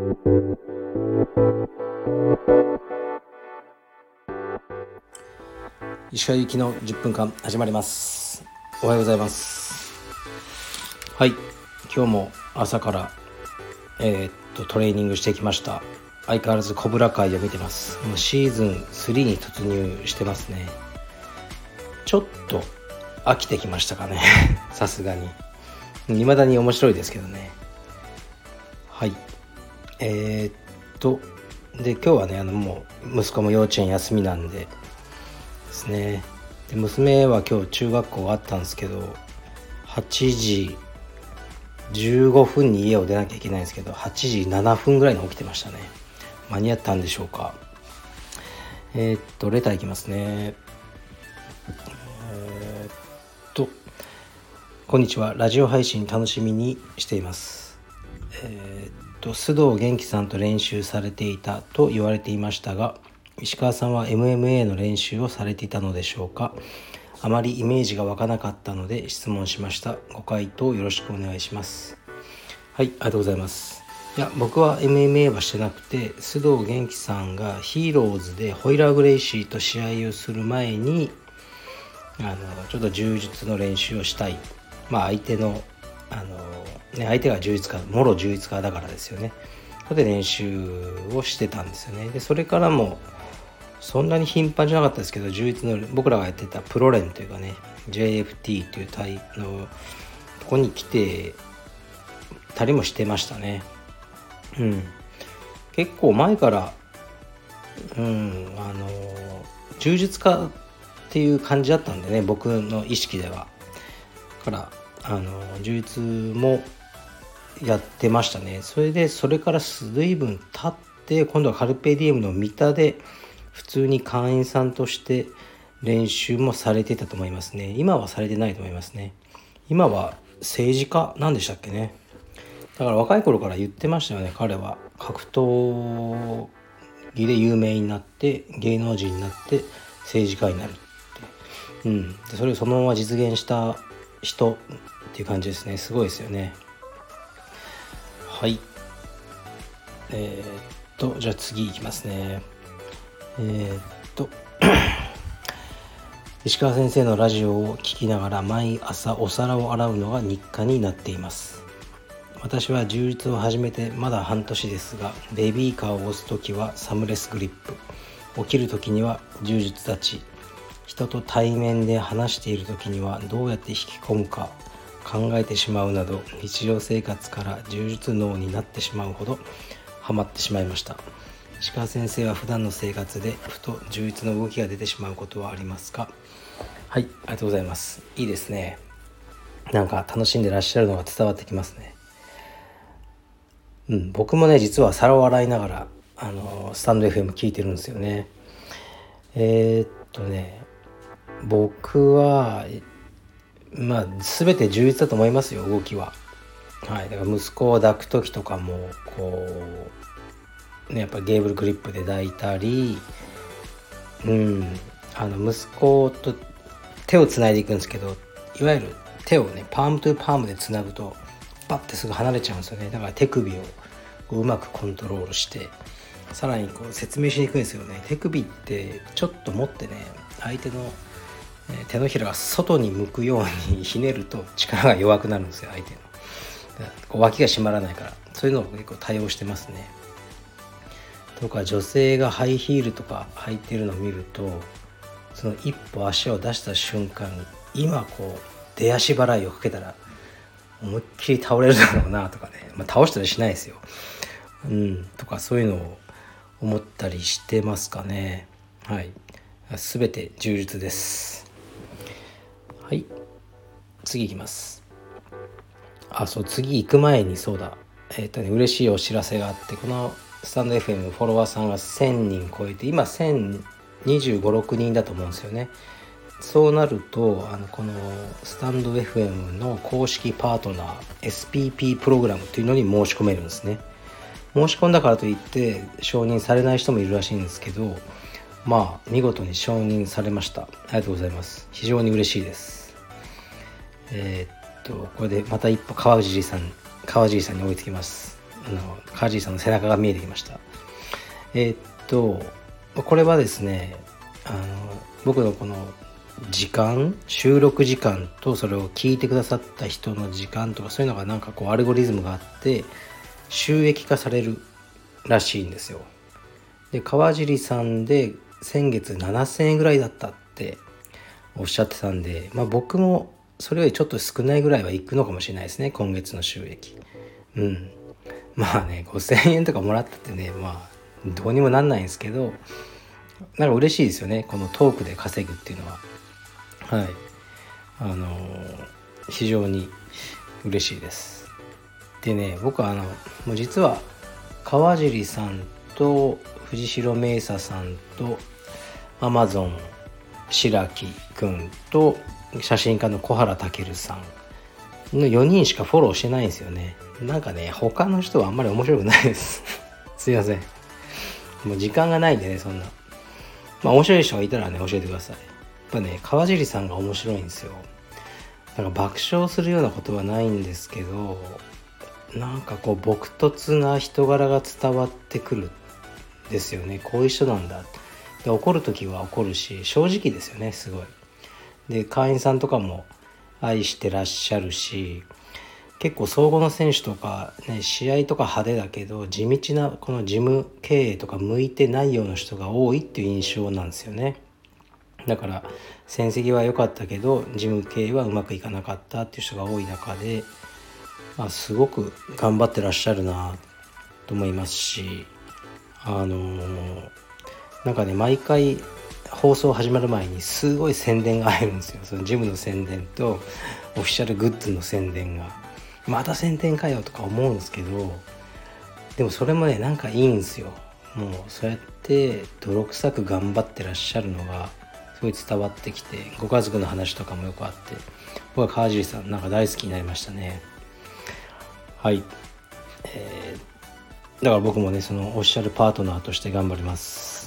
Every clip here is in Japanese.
石川由紀の10分間始まります。おはようございます。はい、今日も朝からトレーニングしてきました。相変わらずコブラ会を見てます。もうシーズン3に突入してますね。ちょっと飽きてきましたかねさすがに。未だに面白いですけどね。はい。で今日はねもう息子も幼稚園休みなんでですね。で娘は今日中学校があったんですけど、8時15分に家を出なきゃいけないんですけど、8時7分ぐらいに起きてましたね。間に合ったんでしょうか。レターいきますね。こんにちは。ラジオ配信楽しみにしています。須藤元気さんと練習されていたと言われていましたが、石川さんは MMA の練習をされていたのでしょうか。あまりイメージが湧かなかったので質問しました。ご回答よろしくお願いします。はい、ありがとうございます。いや、僕は MMA はしてなくて、須藤元気さんがヒーローズでホイラー・グレイシーと試合をする前にちょっと柔術の練習をしたい。相手の相手が柔術家、もろ柔術家だからですよね。それで練習をしてたんですよね。でそれからもそんなに頻繁じゃなかったですけど、柔術の僕らがやってたプロ練というかね、 JFT という隊のとこに来てたりもしてましたね。結構前から柔術家っていう感じだったんでね、僕の意識では。だから柔術もやってましたね。それから随分経って今度はカルペディエムの三田で普通に会員さんとして練習もされてたと思いますね。今はされてないと思いますね。今は政治家なんでしたっけね。だから若い頃から言ってましたよね。彼は格闘技で有名になって芸能人になって政治家になるって、それをそのまま実現した人っていう感じですね。すごいですよね。はい。じゃあ次いきますね。石川先生のラジオを聞きながら毎朝お皿を洗うのが日課になっています。私は柔術を始めてまだ半年ですが、ベビーカーを押すときはサムレスグリップ、起きるときには柔術立ち、人と対面で話しているときにはどうやって引き込むか考えてしまうなど、日常生活から柔術脳になってしまうほどハマってしまいました。石川先生は普段の生活でふと柔術の動きが出てしまうことはありますか。はい、ありがとうございます。いいですね。なんか楽しんでらっしゃるのが伝わってきますね。僕もね実は皿を洗いながらスタンド FM 聞いてるんですよね。僕は全て充実だと思いますよ、動きは。はい、だから息子を抱く時とかもこうね、やっぱりゲーブルグリップで抱いたり、息子と手をつないでいくんですけど、いわゆる手をねパームトゥパームでつなぐとバッてすぐ離れちゃうんですよね。だから手首をうまくコントロールして、さらにこう説明しにくいんですよね。手首ってちょっと持ってね、相手の手のひらが外に向くようにひねると力が弱くなるんですよ、相手の。こう脇が締まらないから、そういうのを結構対応してますね。とか女性がハイヒールとか履いてるのを見ると、その一歩足を出した瞬間に今こう出足払いをかけたら思いっきり倒れるだろうなとかね、倒したりしないですよ。とかそういうのを思ったりしてますかね。はい。すべて柔術です。はい。次いきます。次行く前に嬉しいお知らせがあって、このスタンド FM フォロワーさんが1000人超えて、今1025、6人だと思うんですよね。そうなるとこのスタンド FM の公式パートナー SPP プログラムというのに申し込めるんですね。申し込んだからといって承認されない人もいるらしいんですけど、見事に承認されました。ありがとうございます。非常に嬉しいです。これでまた一歩川尻さんに追いつきます。 カージーさんの背中が見えてきました。これはですね、僕のこの時間、収録時間とそれを聞いてくださった人の時間とか、そういうのがなんかこうアルゴリズムがあって収益化されるらしいんですよ。で、川尻さんで先月7000円ぐらいだったっておっしゃってたんで、僕もそれよりちょっと少ないぐらいはいくのかもしれないですね、今月の収益。まあね、5000円とかもらったってね、どうにもなんないんですけど、なんか嬉しいですよね、このトークで稼ぐっていうのは。はい、非常に嬉しいです。でね、僕はもう実は川尻さんと藤代明紗さんとアマゾン白木くんと写真家の小原武さんの4人しかフォローしてないんですよね。なんかね、他の人はあんまり面白くないですすいません、もう時間がないんでね、そんな。面白い人がいたらね、教えてください。やっぱね、川尻さんが面白いんですよ。なんか爆笑するようなことはないんですけど、なんかこう朴突な人柄が伝わってくるんですよね。こういう人なんだ。で、怒る時は怒るし、正直ですよね、すごい。で、会員さんとかも愛してらっしゃるし、結構総合の選手とかね、試合とか派手だけど地道なこの事務経営とか向いてないような人が多いっていう印象なんですよね。だから戦績は良かったけど事務経営はうまくいかなかったっていう人が多い中で、すごく頑張ってらっしゃるなと思いますし、なんかね、毎回放送始まる前にすごい宣伝が入るんですよ。そのジムの宣伝とオフィシャルグッズの宣伝が、また宣伝かよとか思うんですけど、でもそれもね、なんかいいんですよ。もうそうやって泥臭く頑張ってらっしゃるのがすごい伝わってきて、ご家族の話とかもよくあって、僕は川尻さんなんか大好きになりましたね。はい、だから僕もね、そのオフィシャルパートナーとして頑張ります。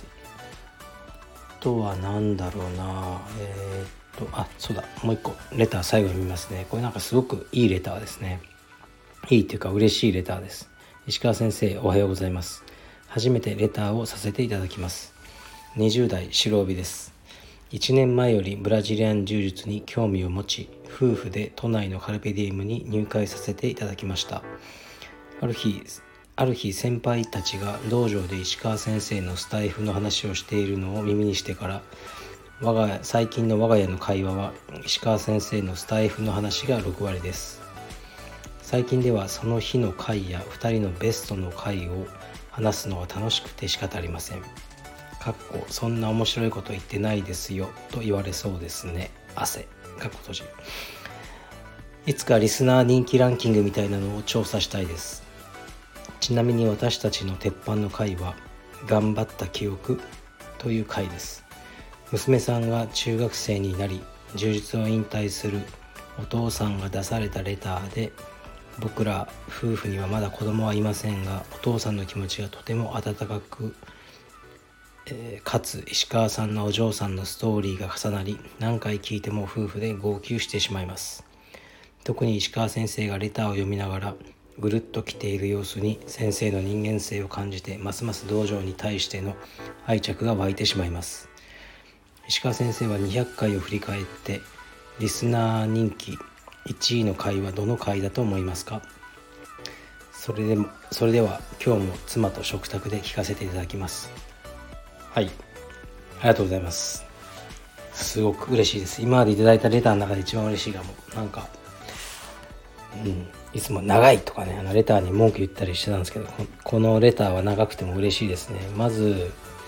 あとはなんだろうな、そうだ、もう一個レター最後に見ますね。これなんかすごくいいレターですね。いいっていうか嬉しいレターです。石川先生、おはようございます。初めてレターをさせていただきます。20代白帯です。1年前よりブラジリアン柔術に興味を持ち、夫婦で都内のカルペディウムに入会させていただきました。ある日先輩たちが道場で石川先生のスタイフの話をしているのを耳にしてから、最近の我が家の会話は石川先生のスタイフの話が6割です。最近ではその日の回や2人のベストの回を話すのが楽しくて仕方ありません。そんな面白いこと言ってないですよと言われそうですね。汗。閉じ。いつかリスナー人気ランキングみたいなのを調査したいです。ちなみに私たちの鉄板の回は頑張った記憶という回です。娘さんが中学生になり柔術を引退するお父さんが出されたレターで、僕ら夫婦にはまだ子供はいませんが、お父さんの気持ちがとても温かく、かつ石川さんのお嬢さんのストーリーが重なり、何回聞いても夫婦で号泣してしまいます。特に石川先生がレターを読みながらぐるっと来ている様子に先生の人間性を感じて、ますます道場に対しての愛着が湧いてしまいます。石川先生は200回を振り返ってリスナー人気1位の回はどの回だと思いますか？それでは今日も妻と食卓で聞かせていただきます。はい、ありがとうございます。すごく嬉しいです。今までいただいたレターの中で一番嬉しいかも。なんかいつも長いとかね、レターに文句言ったりしてたんですけど、このレターは長くても嬉しいですね。まず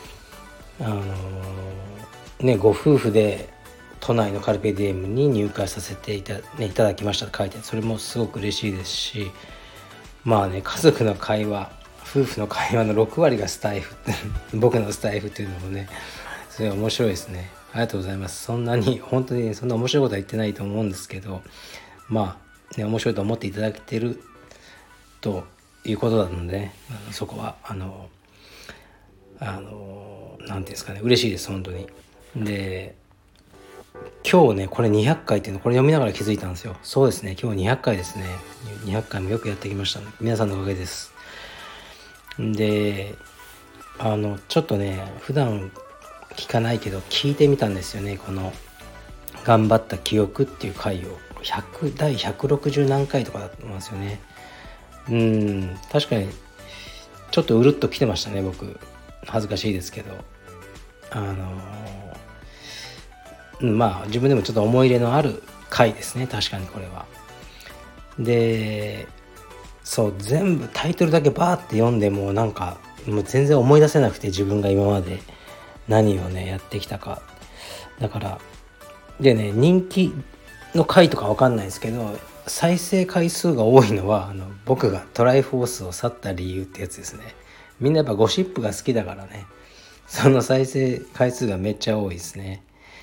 ご夫婦で都内のカルペディエムに入会させていただきましたと書いてある。それもすごく嬉しいですし、家族の会話、夫婦の会話の6割がスタイフ僕のスタイフっていうのもね、それは面白いですね。ありがとうございます。本当にそんな面白いことは言ってないと思うんですけど、面白いと思っていただけてるということなので、そこはなんていうんですかね、嬉しいです。本当に。で、今日ね、これ200回っていうの、これ読みながら気づいたんですよ。そうですね、今日200回ですね。200回もよくやってきましたね。皆さんのおかげです。 でちょっとね普段聞かないけど聞いてみたんですよね。この頑張った記憶っていう回を第160何回とかだと思うんですよね。確かにちょっとうるっと来てましたね。僕恥ずかしいですけどまあ自分でもちょっと思い入れのある回ですね。確かにこれは。でそう全部タイトルだけバーって読んでもなんかもう全然思い出せなくて、自分が今まで何をねやってきたか。だからでね、人気の回とかわかんないですけど、再生回数が多いのは僕がトライフォースを去った理由ってやつですね。みんなやっぱゴシップが好きだからね、その再生回数がめっちゃ多いですね。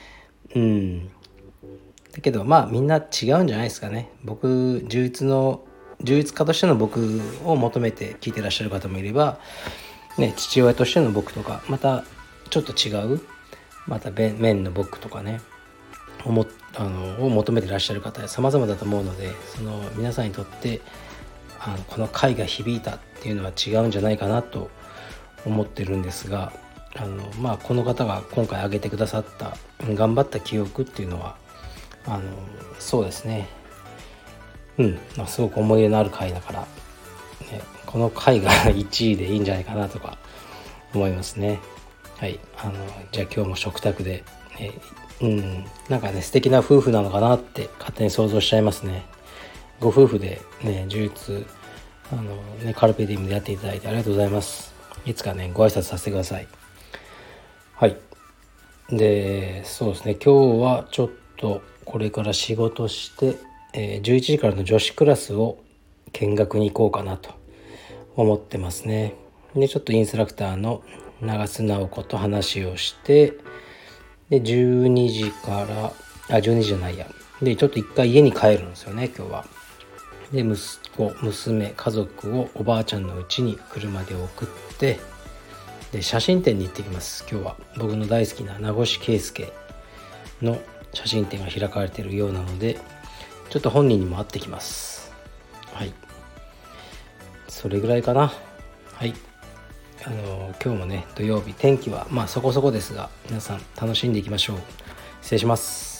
だけどまあみんな違うんじゃないですかね。充実家としての僕を求めて聞いてらっしゃる方もいれば、ね、父親としての僕とか、またちょっと違う、また面の僕とかねを求めてらっしゃる方様々だと思うので、その皆さんにとってこの回が響いたっていうのは違うんじゃないかなと思ってるんですが、まあこの方が今回挙げてくださった頑張った記憶っていうのはそうですね、すごく思い入れのある回だから、ね、この回が1位でいいんじゃないかなとか思いますね。はい、じゃあ今日も食卓で、なんかね素敵な夫婦なのかなって勝手に想像しちゃいますね。ご夫婦でね充実カルペディウムでやっていただいてありがとうございます。いつかねご挨拶させてください。はい。でそうですね、今日はちょっとこれから仕事して、11時からの女子クラスを見学に行こうかなと思ってますね。でちょっとインストラクターの長須直子と話をして、で12時から12時じゃないやでちょっと一回家に帰るんですよね今日は。で息子娘家族をおばあちゃんの家に車で送って、で写真展に行ってきます。今日は僕の大好きな名越啓介の写真展が開かれているようなので、ちょっと本人にも会ってきます。はい、それぐらいかな。はい、今日もね土曜日天気はまあそこそこですが、皆さん楽しんでいきましょう。失礼します。